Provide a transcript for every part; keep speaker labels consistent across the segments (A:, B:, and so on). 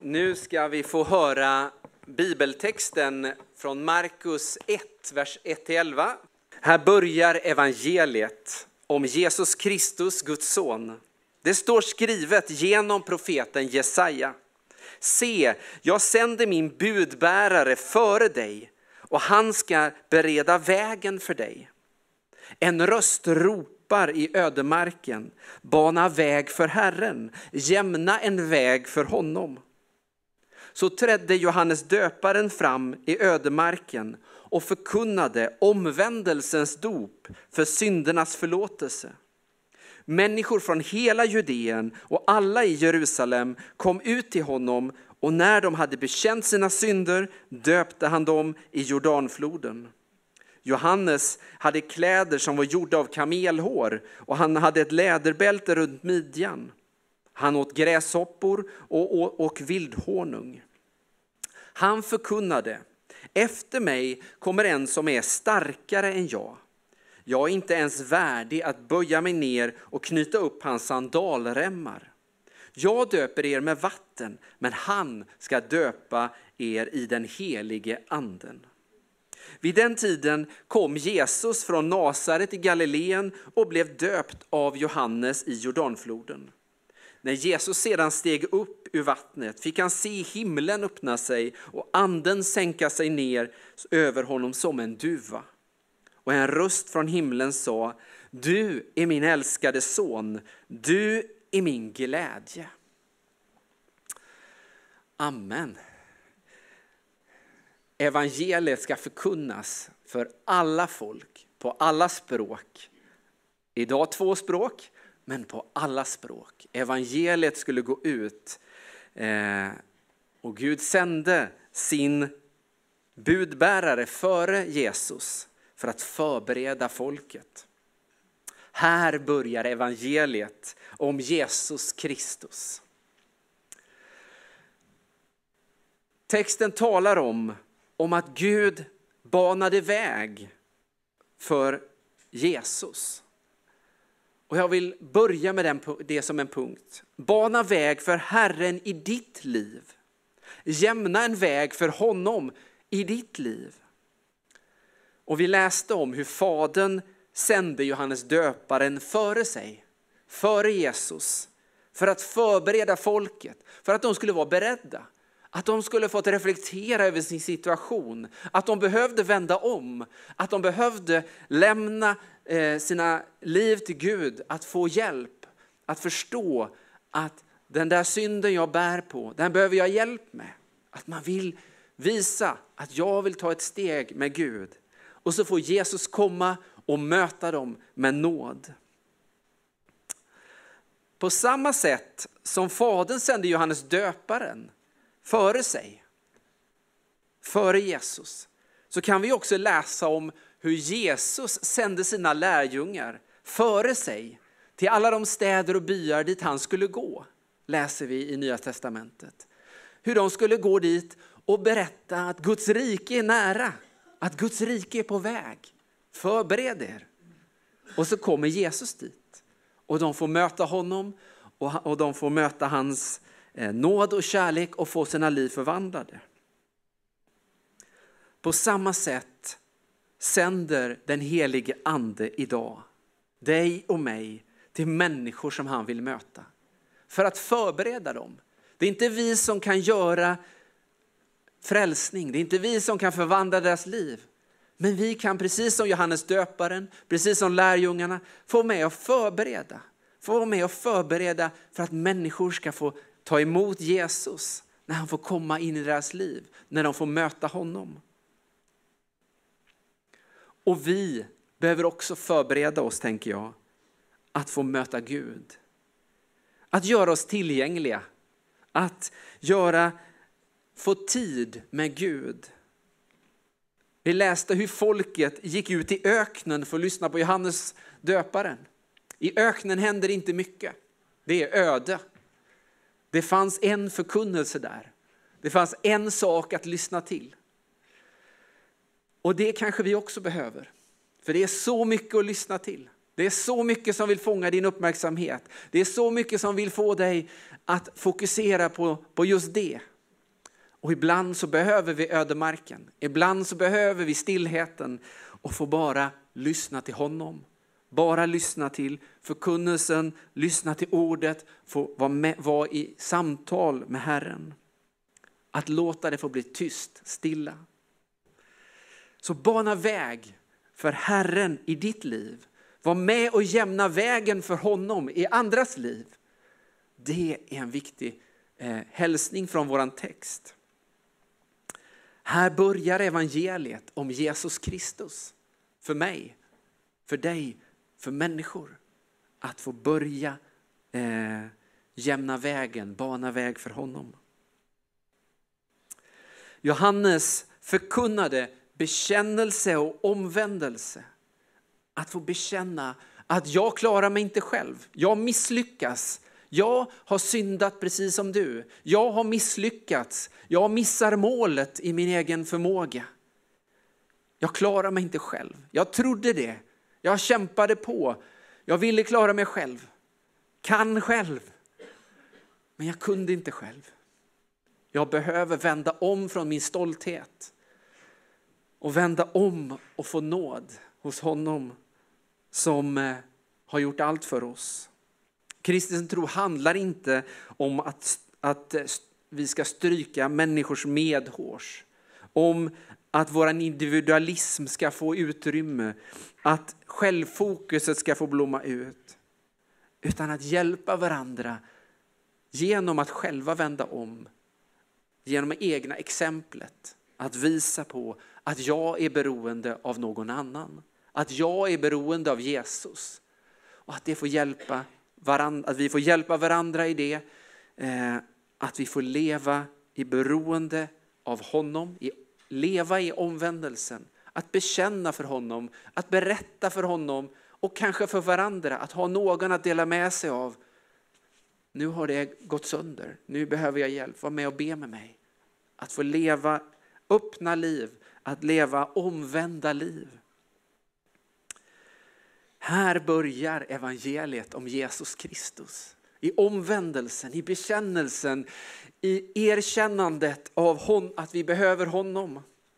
A: Nu ska vi få höra bibeltexten från Markus 1, vers 1-11. Här börjar evangeliet om Jesus Kristus, Guds son. Det står skrivet genom profeten Jesaja. Se, jag sänder min budbärare före dig och han ska bereda vägen för dig. En röst ropar i ödemarken, bana väg för Herren, jämna en väg för honom. Så trädde Johannes döparen fram i ödemarken och förkunnade omvändelsens dop för syndernas förlåtelse. Människor från hela Judeen och alla i Jerusalem kom ut till honom, och när de hade bekänt sina synder döpte han dem i Jordanfloden. Johannes hade kläder som var gjorda av kamelhår och han hade ett läderbälte runt midjan. Han åt gräshoppor och vildhonung. Han förkunnade: efter mig kommer en som är starkare än jag. Jag är inte ens värdig att böja mig ner och knyta upp hans sandalremmar. Jag döper er med vatten, men han ska döpa er i den helige anden. Vid den tiden kom Jesus från Nasaret i Galileen och blev döpt av Johannes i Jordanfloden. När Jesus sedan steg upp ur vattnet fick han se himlen öppna sig och anden sänka sig ner över honom som en duva. Och en röst från himlen sa: du är min älskade son, du är min glädje. Amen. Evangeliet ska förkunnas för alla folk, på alla språk. Idag 2 språk, men på alla språk. Evangeliet skulle gå ut och Gud sände sin budbärare före Jesus för att förbereda folket. Här börjar evangeliet om Jesus Kristus. Texten talar om att Gud banade väg för Jesus. Och jag vill börja med det som en punkt. Bana väg för Herren i ditt liv. Jämna en väg för honom i ditt liv. Och vi läste om hur Fadern sände Johannes döparen före sig. Före Jesus. För att förbereda folket. För att de skulle vara beredda. Att de skulle fått reflektera över sin situation. Att de behövde vända om. Att de behövde lämna sina liv till Gud. Att få hjälp. Att förstå att den där synden jag bär på, den behöver jag hjälp med. Att man vill visa att jag vill ta ett steg med Gud. Och så får Jesus komma och möta dem med nåd. På samma sätt som Fadern sände Johannes döparen före sig, före Jesus, så kan vi också läsa om hur Jesus sände sina lärjungar före sig till alla de städer och byar dit han skulle gå. Läser vi i Nya testamentet. Hur de skulle gå dit och berätta att Guds rike är nära. Att Guds rike är på väg. Förbered er. Och så kommer Jesus dit. Och de får möta honom. Och de får möta hans nåd och kärlek och få sina liv förvandlade. På samma sätt sänder den helige ande idag dig och mig till människor som han vill möta. För att förbereda dem. Det är inte vi som kan göra frälsning. Det är inte vi som kan förvandla deras liv. Men vi kan, precis som Johannes döparen, precis som lärjungarna, få med och förbereda. Få vara med och förbereda för att människor ska få ta emot Jesus när han får komma in i deras liv. När de får möta honom. Och vi behöver också förbereda oss, tänker jag, att få möta Gud. Att göra oss tillgängliga. Att få tid med Gud. Vi läste hur folket gick ut i öknen för att lyssna på Johannes döparen. I öknen händer inte mycket. Det är öde. Det fanns en förkunnelse där. Det fanns en sak att lyssna till. Och det kanske vi också behöver. För det är så mycket att lyssna till. Det är så mycket som vill fånga din uppmärksamhet. Det är så mycket som vill få dig att fokusera på just det. Och ibland så behöver vi ödemarken. Ibland så behöver vi stillheten och få bara lyssna till honom. Bara lyssna till förkunnelsen, lyssna till ordet, få vara i samtal med Herren. Att låta det få bli tyst, stilla. Så bana väg för Herren i ditt liv. Var med och jämna vägen för honom i andras liv. Det är en viktig hälsning från våran text. Här börjar evangeliet om Jesus Kristus. För mig, för dig, för människor. Att få börja jämna vägen, bana väg för honom. Johannes förkunnade bekännelse och omvändelse. Att få bekänna att jag klarar mig inte själv. Jag misslyckas. Jag har syndat precis som du. Jag har misslyckats. Jag missar målet i min egen förmåga. Jag klarar mig inte själv. Jag trodde det. Jag kämpade på. Jag ville klara mig själv. Kan själv. Men jag kunde inte själv. Jag behöver vända om från min stolthet. Och vända om och få nåd hos honom som har gjort allt för oss. Kristen tro handlar inte om att vi ska stryka människors medhårs. Om att vår individualism ska få utrymme. Att självfokuset ska få blomma ut. Utan att hjälpa varandra genom att själva vända om. Genom egna exemplet. Att visa på att jag är beroende av någon annan. Att jag är beroende av Jesus. Och att det får hjälpa varandra, att vi får hjälpa varandra i det. Att vi får leva i beroende av honom. Leva i omvändelsen. Att bekänna för honom. Att berätta för honom. Och kanske för varandra. Att ha någon att dela med sig av. Nu har det gått sönder. Nu behöver jag hjälp. Var med och be med mig. Att få leva öppna liv. Att leva omvända liv. Här börjar evangeliet om Jesus Kristus. I omvändelsen, i bekännelsen, i erkännandet av att vi behöver honom.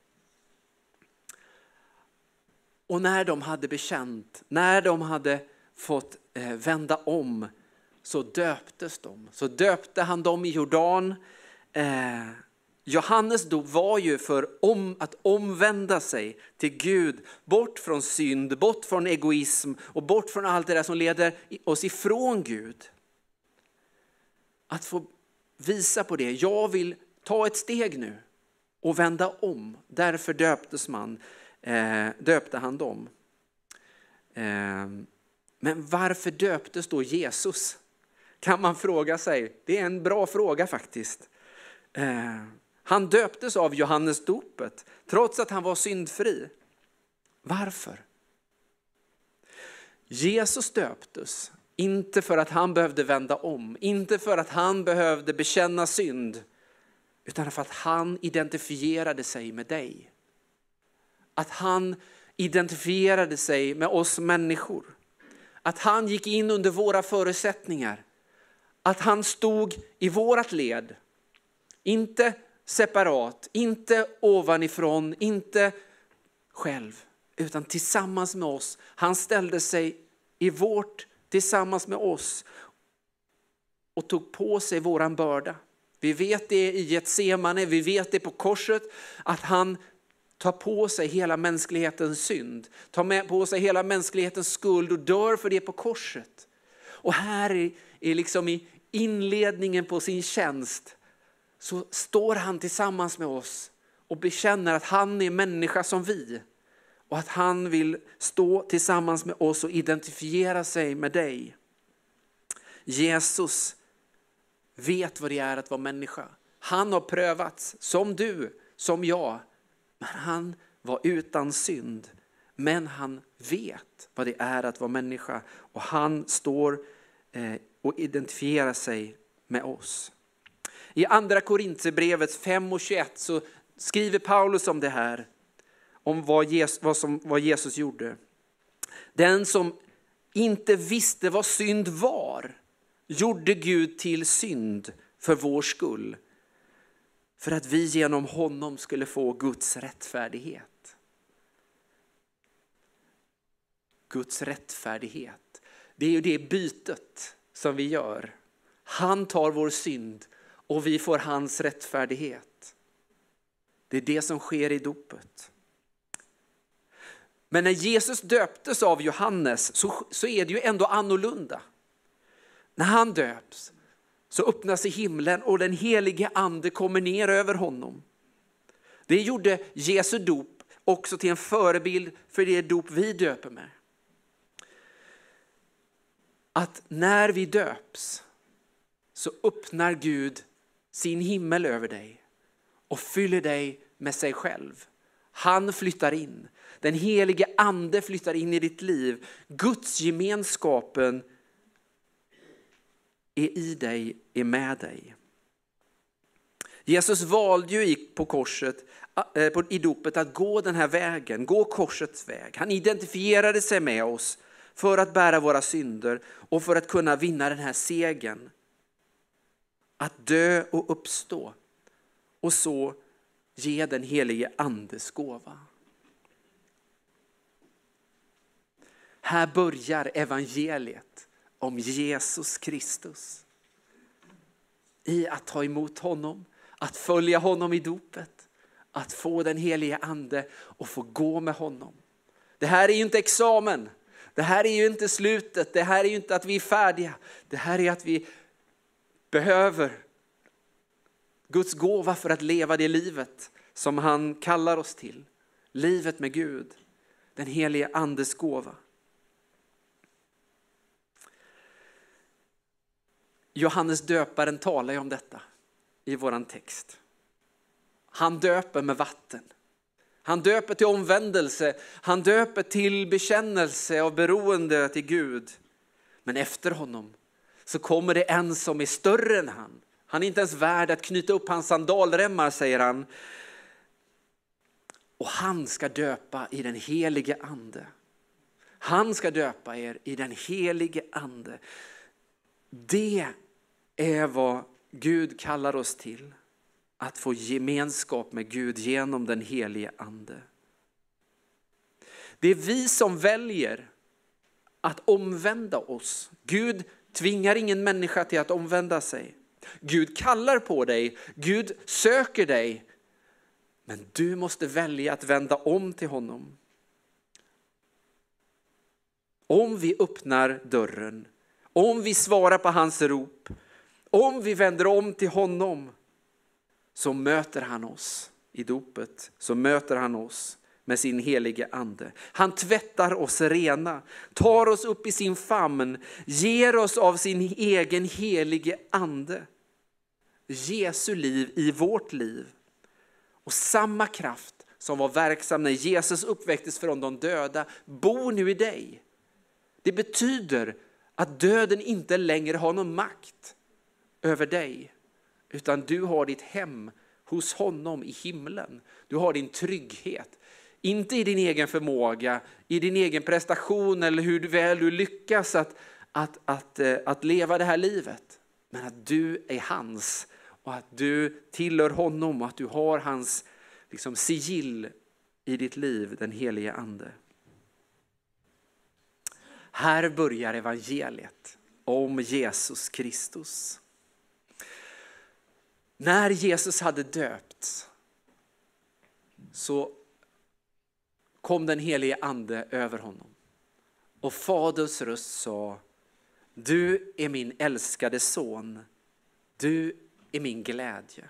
A: Och när de hade bekänt, när de hade fått vända om, så döptes de. Så döpte han dem i Jordan. Johannes dop var ju för att omvända sig till Gud. Bort från synd, bort från egoism och bort från allt det där som leder oss ifrån Gud. Att få visa på det. Jag vill ta ett steg nu och vända om. Därför döpte han dem. Men varför döptes då Jesus? Kan man fråga sig. Det är en bra fråga faktiskt. Han döptes av Johannes dopet trots att han var syndfri. Varför? Jesus döptes inte för att han behövde vända om. Inte för att han behövde bekänna synd. Utan för att han identifierade sig med dig. Att han identifierade sig med oss människor. Att han gick in under våra förutsättningar. Att han stod i vårat led. Inte separat, inte ovanifrån, inte själv, utan tillsammans med oss. Han ställde sig tillsammans med oss och tog på sig våran börda. Vi vet det i Getsemane, vi vet det på korset, att han tar på sig hela mänsklighetens synd. Tar med på sig hela mänsklighetens skuld och dör för det på korset. Och här är liksom i inledningen på sin tjänst så står han tillsammans med oss och bekänner att han är människa som vi. Och att han vill stå tillsammans med oss och identifiera sig med dig. Jesus vet vad det är att vara människa. Han har prövats som du, som jag. Men han var utan synd. Men han vet vad det är att vara människa. Och han står och identifierar sig med oss. I andra Korinthierbrevet 5:21 så skriver Paulus om det här. Om vad Jesus gjorde. Den som inte visste vad synd var, gjorde Gud till synd för vår skull. för att vi genom honom skulle få Guds rättfärdighet. Guds rättfärdighet. Det är ju det bytet som vi gör. Han tar vår synd och vi får hans rättfärdighet. Det är det som sker i dopet. Men när Jesus döptes av Johannes så är det ju ändå annorlunda. När han döps så öppnas sig himlen och den helige ande kommer ner över honom. Det gjorde Jesu dop också till en förebild för det dop vi döper med. Att när vi döps så öppnar Gud sin himmel över dig och fyller dig med sig själv. Han flyttar in. Den helige ande flyttar in i ditt liv. Guds gemenskapen är i dig, är med dig. Jesus valde ju på korset, i dopet att gå den här vägen, gå korsets väg. Han identifierade sig med oss för att bära våra synder och för att kunna vinna den här segern. Att dö och uppstå och så ge den helige andes gåva. Här börjar evangeliet om Jesus Kristus. I att ta emot honom, att följa honom i dopet, att få den helige ande och få gå med honom. Det här är ju inte examen. Det här är ju inte slutet. Det här är ju inte att vi är färdiga. Det här är att vi behöver Guds gåva för att leva det livet som han kallar oss till. Livet med Gud. Den helige andes gåva. Johannes döparen talar ju om detta i våran text. Han döper med vatten. Han döper till omvändelse. Han döper till bekännelse av beroende till Gud. Men efter honom så kommer det en som är större än han. Han är inte ens värd att knyta upp hans sandalremmar, säger han. Och han ska döpa i den helige ande. Han ska döpa er i den helige ande. Det är vad Gud kallar oss till. Att få gemenskap med Gud genom den helige ande. Det är vi som väljer att omvända oss. Gud tvingar ingen människa till att omvända sig. Gud kallar på dig. Gud söker dig. Men du måste välja att vända om till honom. Om vi öppnar dörren. Om vi svarar på hans rop. Om vi vänder om till honom. Så möter han oss i dopet. Så möter han oss med sin helige ande. Han tvättar oss rena. Tar oss upp i sin famn. Ger oss av sin egen helige ande. Jesu liv i vårt liv. Och samma kraft som var verksam när Jesus uppväcktes från de döda bor nu i dig. Det betyder att döden inte längre har någon makt över dig. Utan du har ditt hem hos honom i himlen. Du har din trygghet. Inte i din egen förmåga, i din egen prestation eller hur väl du lyckas att leva det här livet. Men att du är hans och att du tillhör honom och att du har hans sigill i ditt liv, den helige ande. Här börjar evangeliet om Jesus Kristus. När Jesus hade döpts så kom den helige ande över honom. Och Faderns röst sa: du är min älskade son. Du är min glädje.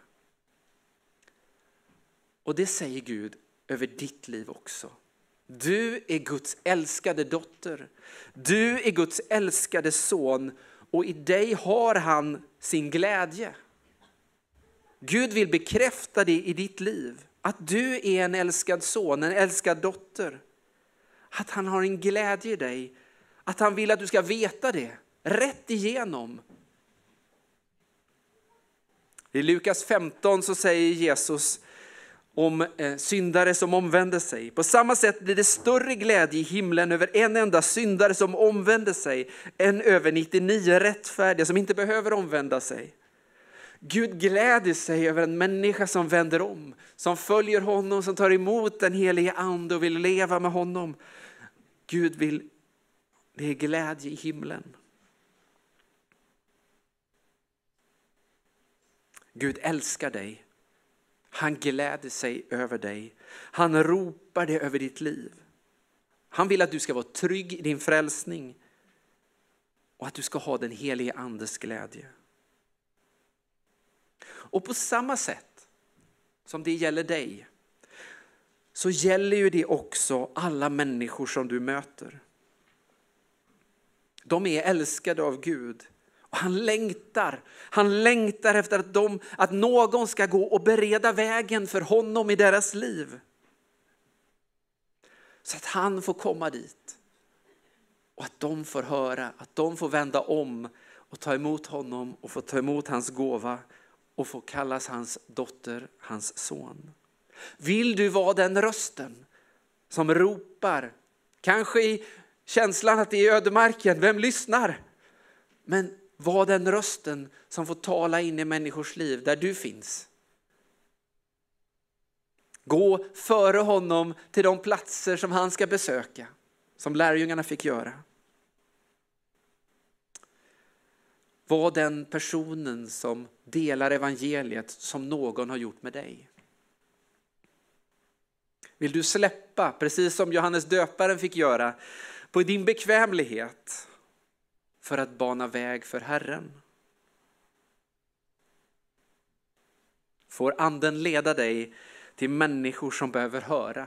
A: Och det säger Gud över ditt liv också. Du är Guds älskade dotter. Du är Guds älskade son. Och i dig har han sin glädje. Gud vill bekräfta det i ditt liv. Att du är en älskad son, en älskad dotter. Att han har en glädje i dig. Att han vill att du ska veta det. Rätt igenom. I Lukas 15 så säger Jesus om syndare som omvänder sig. På samma sätt blir det större glädje i himlen över en enda syndare som omvänder sig än över 99 rättfärdiga som inte behöver omvända sig. Gud gläder sig över en människa som vänder om, som följer honom, som tar emot den helige ande och vill leva med honom. Gud vill, det är glädje i himlen. Gud älskar dig. Han gläder sig över dig. Han ropar det över ditt liv. Han vill att du ska vara trygg i din frälsning och att du ska ha den helige andes glädje. Och på samma sätt som det gäller dig så gäller ju det också alla människor som du möter. De är älskade av Gud och han längtar efter att någon ska gå och bereda vägen för honom i deras liv. Så att han får komma dit och att de får höra, att de får vända om och ta emot honom och få ta emot hans gåva och få kallas hans dotter, hans son. Vill du vara den rösten som ropar, kanske i känslan att det är ödemarken, vem lyssnar? Men var den rösten som får tala in i människors liv där du finns. Gå före honom till de platser som han ska besöka, som lärjungarna fick göra. Var den personen som delar evangeliet som någon har gjort med dig. Vill du släppa, precis som Johannes döparen fick göra, på din bekvämlighet för att bana väg för Herren? Får anden leda dig till människor som behöver höra.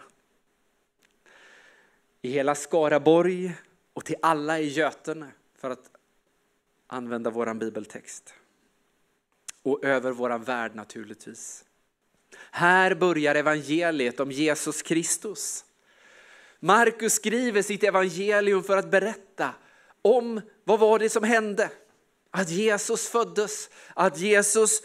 A: I hela Skaraborg och till alla i Götene, för att använda våran bibeltext. Och över våran värld naturligtvis. Här börjar evangeliet om Jesus Kristus. Markus skriver sitt evangelium för att berätta om vad var det som hände. Att Jesus föddes, att Jesus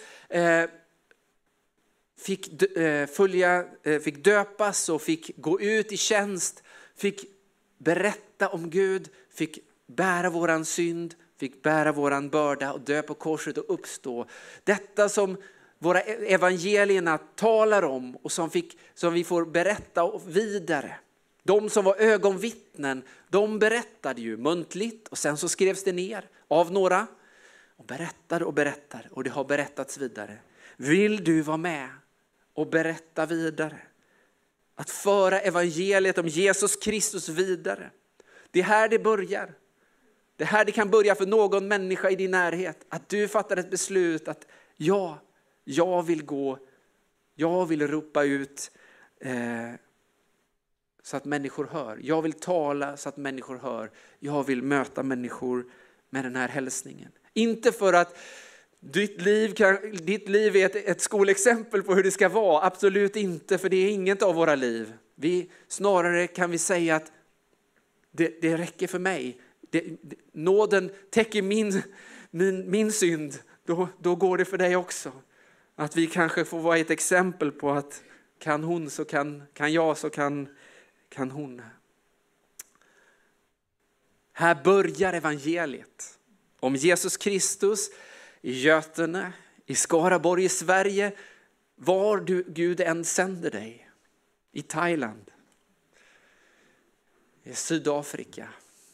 A: fick döpas och fick gå ut i tjänst, fick berätta om Gud, fick bära våran synd, fick bära våran börda och dö på korset och uppstå. Detta som våra evangelierna talar om och som vi får berätta vidare. De som var ögonvittnen, de berättade ju muntligt och sen så skrevs det ner av några och berättade och det har berättats vidare. Vill du vara med och berätta vidare? Att föra evangeliet om Jesus Kristus vidare. Det är här det börjar. Det här det kan börja för någon människa i din närhet. Att du fattar ett beslut att jag vill gå. Jag vill ropa ut så att människor hör. Jag vill tala så att människor hör. Jag vill möta människor med den här hälsningen. Inte för att ditt liv är ett skolexempel på hur det ska vara. Absolut inte, för det är inget av våra liv. Snarare kan vi säga att det räcker för mig. Nåden täcker min synd. Då går det för dig också. Att vi kanske får vara ett exempel på att kan hon så kan jag så kan hon. Här börjar evangeliet om Jesus Kristus i Götene, i Skaraborg, i Sverige, var Gud än sänder dig. I Thailand, i Sydafrika.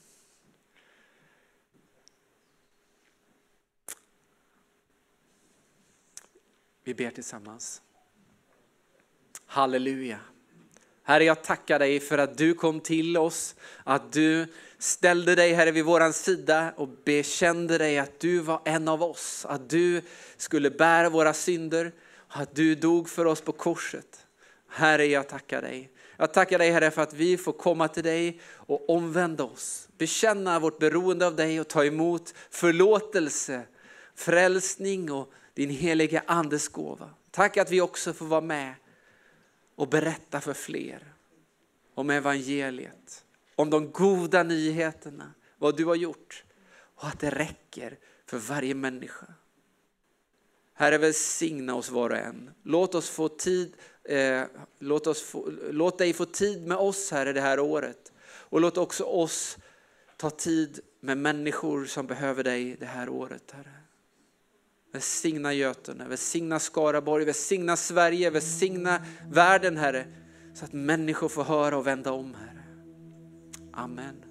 A: Vi ber tillsammans. Halleluja. Herre, jag tackar dig för att du kom till oss. Att du ställde dig, Herre, vid våran sida och bekände dig att du var en av oss. Att du skulle bära våra synder. Att du dog för oss på korset. Herre, jag tackar dig. Jag tackar dig, Herre, för att vi får komma till dig och omvända oss. Bekänna vårt beroende av dig och ta emot förlåtelse, frälsning och din heliga andes gåva. Tack att vi också får vara med och berätta för fler om evangeliet. Om de goda nyheterna, vad du har gjort. Och att det räcker för varje människa. Herre, välsigna oss var och en. Låt oss få tid, låt dig få tid med oss, Herre, det här året. Och låt också oss ta tid med människor som behöver dig det här året, Herre. Välsigna Götene, välsigna Skaraborg, välsigna Sverige, välsigna världen, Herre. Så att människor får höra och vända om, Herre. Amen.